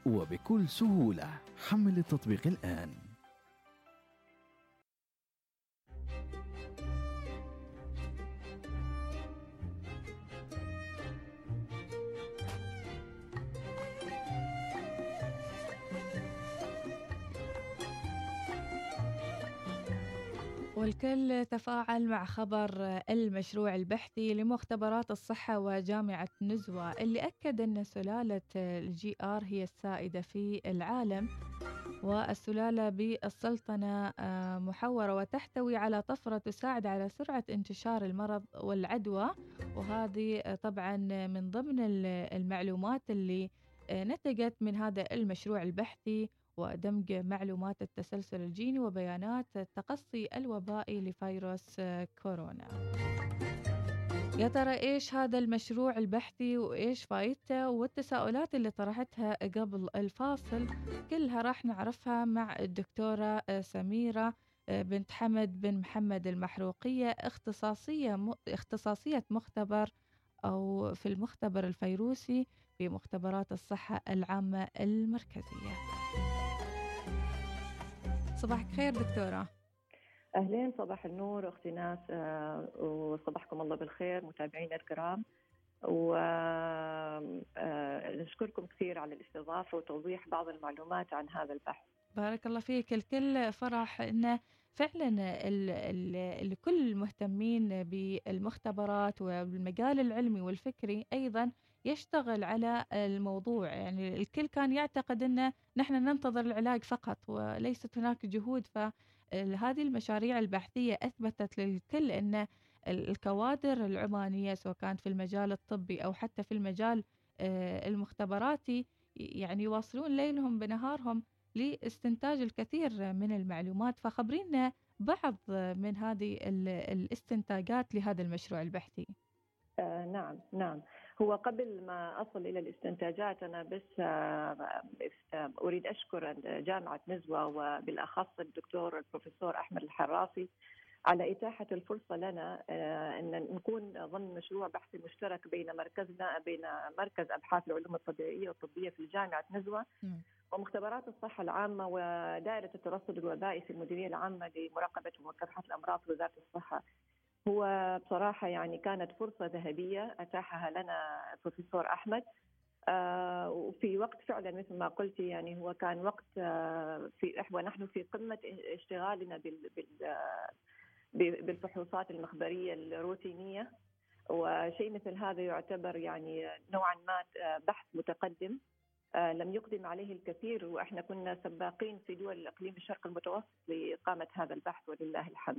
وبكل سهولة. حمل التطبيق الآن. والكل تفاعل مع خبر المشروع البحثي لمختبرات الصحة وجامعة نزوة اللي أكد أن سلالة الجي آر هي السائدة في العالم، والسلالة بالسلطنة محورة وتحتوي على طفرة تساعد على سرعة انتشار المرض والعدوى. وهذه طبعا من ضمن المعلومات اللي نتجت من هذا المشروع البحثي، ودمج معلومات التسلسل الجيني وبيانات التقصي الوبائي لفيروس كورونا. يا ترى إيش هذا المشروع البحثي وإيش فايدته والتساؤلات اللي طرحتها قبل الفاصل كلها راح نعرفها مع الدكتورة سميرة بنت حمد بن محمد المحروقية، اختصاصية مختبر أو في المختبر الفيروسي في مختبرات الصحة العامة المركزية. صباحك خير دكتورة. أهلين، صباح النور أختي ناس، وصباحكم الله بالخير متابعينا الكرام، ونشكركم كثير على الاستضافة وتوضيح بعض المعلومات عن هذا البحث. بارك الله فيك. الكل فرح إنه فعلا الكل المهتمين بالمختبرات والمجال العلمي والفكري أيضا يشتغل على الموضوع. يعني الكل كان يعتقد أنه نحن ننتظر العلاج فقط وليست هناك جهود، فهذه المشاريع البحثية أثبتت للكل أن الكوادر العمانية سواء كانت في المجال الطبي أو حتى في المجال المختبراتي يعني يواصلون ليلهم بنهارهم لاستنتاج الكثير من المعلومات. فخبرينا بعض من هذه الاستنتاجات لهذا المشروع البحثي. نعم. هو قبل ما أصل إلى الاستنتاجات أنا بس أريد أشكر جامعة نزوة وبالأخص الدكتور البروفيسور أحمد الحراسي على إتاحة الفرصة لنا أن نكون ضمن مشروع بحثي مشترك بين مركز أبحاث العلوم الطبيعية والطبية في جامعة نزوة ومختبرات الصحة العامة ودائرة الترصد الوبائي في المديرية العامة لمراقبة ومكافحة الأمراض في وزارة الصحة. هو بصراحة يعني كانت فرصة ذهبية أتاحها لنا البروفيسور أحمد، وفي وقت فعلا مثل ما قلتي يعني هو كان وقت ونحن في قمة اشتغالنا بالفحوصات المخبرية الروتينية، وشيء مثل هذا يعتبر يعني نوعا ما بحث متقدم لم يقدم عليه الكثير، وإحنا كنا سباقين في دول الإقليم الشرق المتوسط لإقامة هذا البحث ولله الحمد.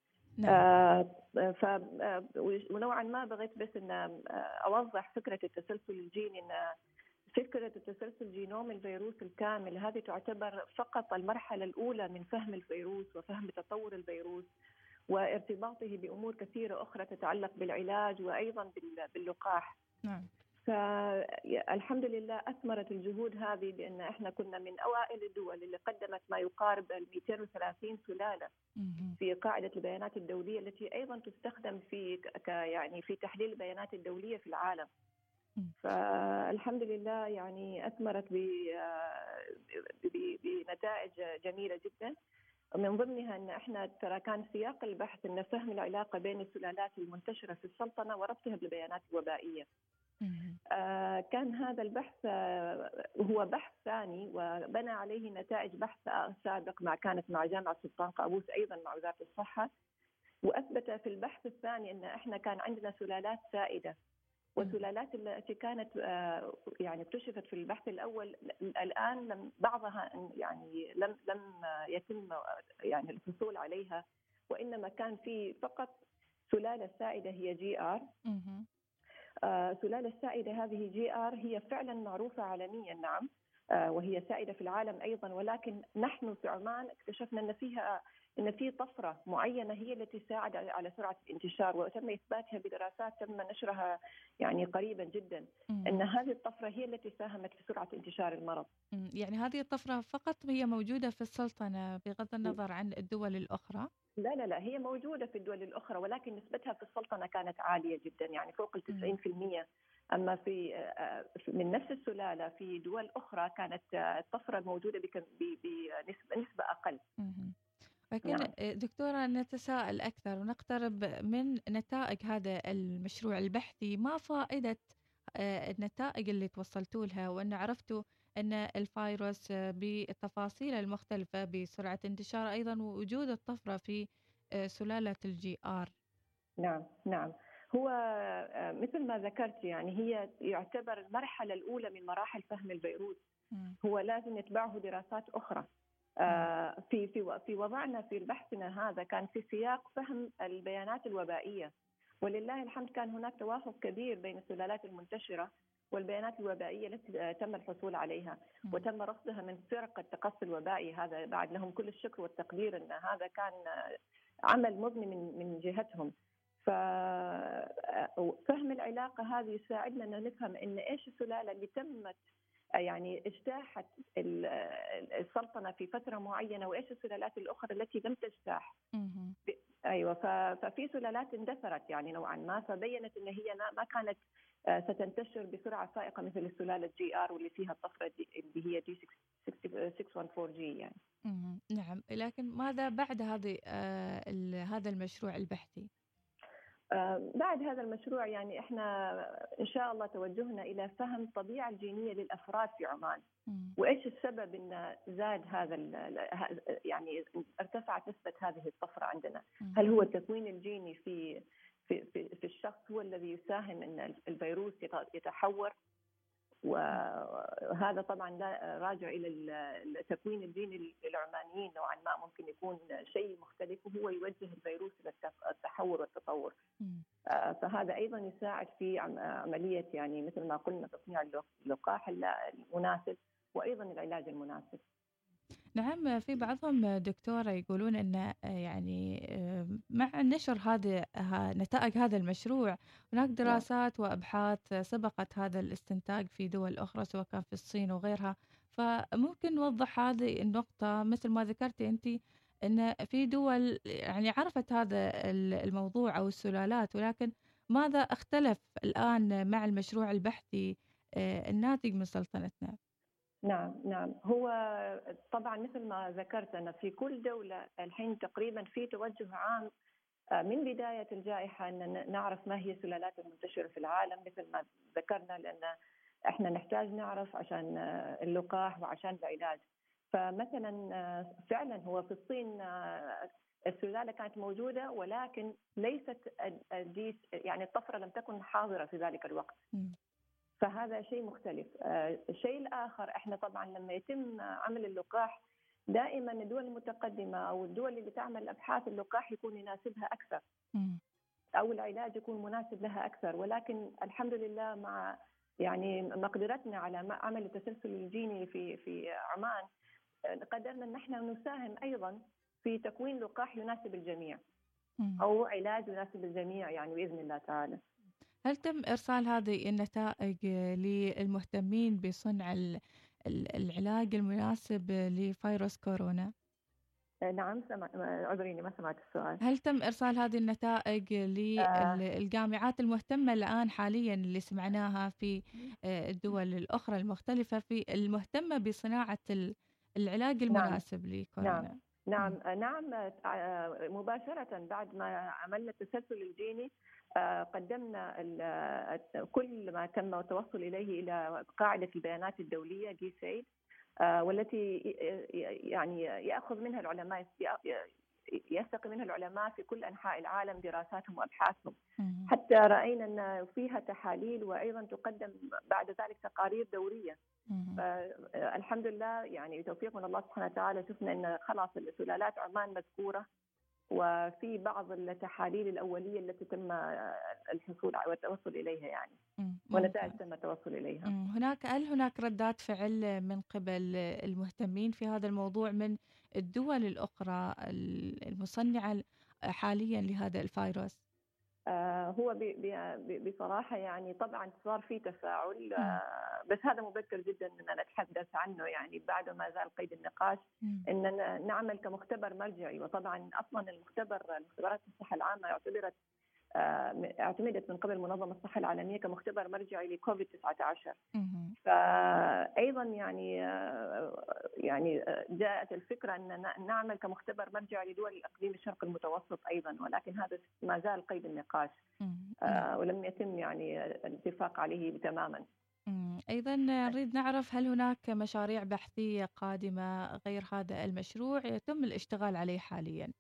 ونوعا ما بغيت بس أن أوضح فكرة التسلسل الجيني، أن فكرة التسلسل جينوم الفيروس الكامل هذه تعتبر فقط المرحلة الأولى من فهم الفيروس وفهم تطور الفيروس وارتباطه بأمور كثيرة أخرى تتعلق بالعلاج وأيضا باللقاح. نعم. فالحمد لله أثمرت الجهود هذه بأن إحنا كنا من أوائل الدول اللي قدمت ما يقارب 230 سلالة في قاعدة البيانات الدولية التي أيضا تستخدم يعني في تحليل البيانات الدولية في العالم. فالحمد لله يعني أثمرت بنتائج جميلة جدا، ومن ضمنها أن إحنا ترى كان سياق البحث أن فهم العلاقة بين السلالات المنتشرة في السلطنة وربطها بالبيانات الوبائية. كان هذا البحث هو بحث ثاني وبنى عليه نتائج بحث سابق كانت مع جامعة سلطان قابوس أيضا مع وزارة الصحة، وأثبت في البحث الثاني أن إحنا كان عندنا سلالات سائدة، والسلالات التي كانت يعني اكتشفت في البحث الأول الآن بعضها يعني لم يتم يعني الحصول عليها، وإنما كان في فقط سلالة سائدة هي جي آر. سلالة السائدة هذه جي آر هي فعلا معروفة عالميا، نعم، وهي سائدة في العالم أيضا، ولكن نحن في عمان اكتشفنا أن في طفرة معينة هي التي ساعد على سرعة الانتشار، وتم إثباتها بدراسات تم نشرها يعني قريبا جدا أن هذه الطفرة هي التي ساهمت في سرعة انتشار المرض. يعني هذه الطفرة فقط هي موجودة في السلطنة بغض النظر عن الدول الأخرى؟ لا هي موجودة في الدول الأخرى، ولكن نسبتها في السلطنة كانت عالية جدا، يعني فوق 90% أما من نفس السلالة في دول أخرى كانت الطفرة موجودة بنسبة أقل. لكن نعم. دكتورة نتساءل أكثر ونقترب من نتائج هذا المشروع البحثي. ما فائدة النتائج اللي توصلتوا لها وأن عرفتوا أن الفيروس بالتفاصيل المختلفة بسرعة انتشار أيضا ووجود الطفرة في سلالة الجي آر؟ نعم. هو مثل ما ذكرت يعني هي يعتبر المرحلة الأولى من مراحل فهم الفيروس. هو لازم يتبعه دراسات أخرى. في وضعنا في بحثنا هذا كان في سياق فهم البيانات الوبائية، ولله الحمد كان هناك توافق كبير بين السلالات المنتشرة والبيانات الوبائية التي تم الحصول عليها وتم رصدها من فرق التقصي الوبائي. هذا بعد لهم كل الشكر والتقدير أن هذا كان عمل مضني من جهتهم. ففهم العلاقة هذه يساعدنا أن نفهم إن إيش السلالة اللي تمت يعني اجتاحت السلطنة في فترة معينة وإيش السلالات الأخرى التي لم تجتاح. أيوة. ففي سلالات اندثرت يعني نوعا ما، فبينت أن هي ما كانت ستنتشر بسرعة فائقة مثل السلالة جي آر واللي فيها الطفرة اللي هي جي 614 جي يعني. نعم. لكن ماذا بعد هذا المشروع البحثي؟ بعد هذا المشروع يعني احنا ان شاء الله توجهنا الى فهم الطبيعه الجينيه للافراد في عمان. وايش السبب ان زاد هذا يعني ارتفعت نسبه هذه الطفره عندنا؟ هل هو التكوين الجيني في الشخص هو الذي يساهم ان الفيروس يتحور؟ وهذا طبعا لا راجع الى التكوين الجيني للعمانيين نوعا ما، ممكن يكون شيء مختلف وهو يوجه الفيروس الى التحور والتطور. فهذا ايضا يساعد في عمليه يعني مثل ما قلنا تصنيع اللقاح المناسب وايضا العلاج المناسب. نعم. في بعضهم دكتورة يقولون أن يعني مع نشر نتائج هذا المشروع هناك دراسات وأبحاث سبقت هذا الاستنتاج في دول أخرى سواء كان في الصين وغيرها. فممكن نوضح هذه النقطة مثل ما ذكرتي أنت أن في دول يعني عرفت هذا الموضوع أو السلالات، ولكن ماذا اختلف الآن مع المشروع البحثي الناتج من سلطنتنا؟ نعم. هو طبعا مثل ما ذكرت أنا في كل دولة الحين تقريبا في توجه عام من بداية الجائحة أن نعرف ما هي السلالات المنتشرة في العالم مثل ما ذكرنا، لأن احنا نحتاج نعرف عشان اللقاح وعشان العلاج. فمثلا فعلا هو في الصين السلالة كانت موجودة ولكن ليست يعني الطفرة لم تكن حاضرة في ذلك الوقت. فهذا شيء مختلف. الشيء الآخر احنا طبعا لما يتم عمل اللقاح دائما الدول المتقدمة أو الدول اللي تعمل أبحاث اللقاح يكون يناسبها أكثر أو العلاج يكون مناسب لها أكثر، ولكن الحمد لله مع يعني مقدرتنا على عمل التسلسل الجيني في عمان قدرنا أن احنا نساهم أيضا في تكوين لقاح يناسب الجميع أو علاج يناسب الجميع يعني بإذن الله تعالى. هل تم إرسال هذه النتائج للمهتمين بصنع العلاج المناسب لفيروس كورونا؟ نعم عذريني ما سمعت السؤال. هل تم إرسال هذه النتائج للجامعات المهتمة الآن حاليا اللي سمعناها في الدول الأخرى المختلفة في المهتمة بصناعة العلاج المناسب لكورونا؟ نعم مباشرة بعد ما عملنا التسلسل الجيني قدمنا كل ما تم التوصل إليه إلى قاعدة البيانات الدولية جي سيد والتي يعني يأخذ منها العلماء يستقي منها العلماء في كل أنحاء العالم دراساتهم وأبحاثهم، حتى رأينا أن فيها تحاليل وأيضا تقدم بعد ذلك تقارير دورية. فالحمد لله يعني بتوفيق من الله سبحانه وتعالى شفنا أن خلاص سلالات عمان مذكورة وفي بعض التحاليل الأولية التي تم الحصول والتوصل إليها يعني ونتائج تم التوصل إليها. هل هناك ردات فعل من قبل المهتمين في هذا الموضوع من الدول الأخرى المصنعة حاليا لهذا الفيروس؟ هو بصراحة يعني طبعا صار في تفاعل بس هذا مبكر جدا أننا نتحدث عنه يعني بعد ما زال قيد النقاش أننا نعمل كمختبر مرجعي. وطبعا أصلا المختبرات الصحة العامة اعتبرت اعتمدت من قبل منظمة الصحة العالمية كمختبر مرجعي لكوفيد 19. مهم. فأيضا يعني جاءت الفكرة أن نعمل كمختبر مرجعي لدول الإقليم الشرق المتوسط أيضا، ولكن هذا ما زال قيد النقاش ولم يتم يعني الاتفاق عليه تماما. أيضا نريد نعرف هل هناك مشاريع بحثية قادمة غير هذا المشروع يتم الاشتغال عليه حاليا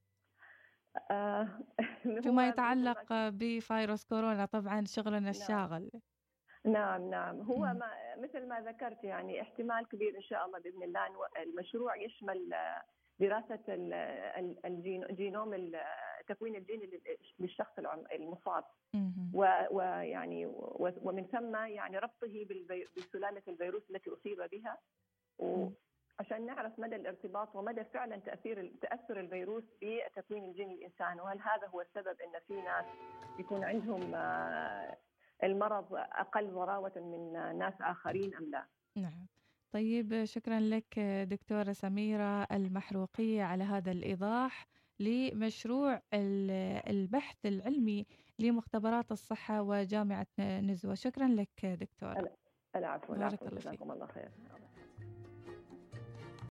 فيما يتعلق بفيروس كورونا؟ طبعا شغلنا الشاغل. نعم هو مثل ما ذكرت يعني احتمال كبير إن شاء الله بإذن الله المشروع يشمل دراسة الجينوم، تكوين الجين للشخص المصاب، ويعني ومن ثم يعني ربطه بسلالة الفيروس التي أصيب بها، عشان نعرف مدى الارتباط ومدى فعلا تأثر الفيروس بتكوين الجين الإنسان، وهل هذا هو السبب أن في ناس يكون عندهم المرض أقل ضراوة من ناس آخرين أم لا. نعم. طيب شكرا لك دكتورة سميرة المحروقية على هذا الإيضاح لمشروع البحث العلمي لمختبرات الصحة وجامعة نزوة. شكرا لك دكتورة. العفو، بارك الله فيك. جزاكم الله خير.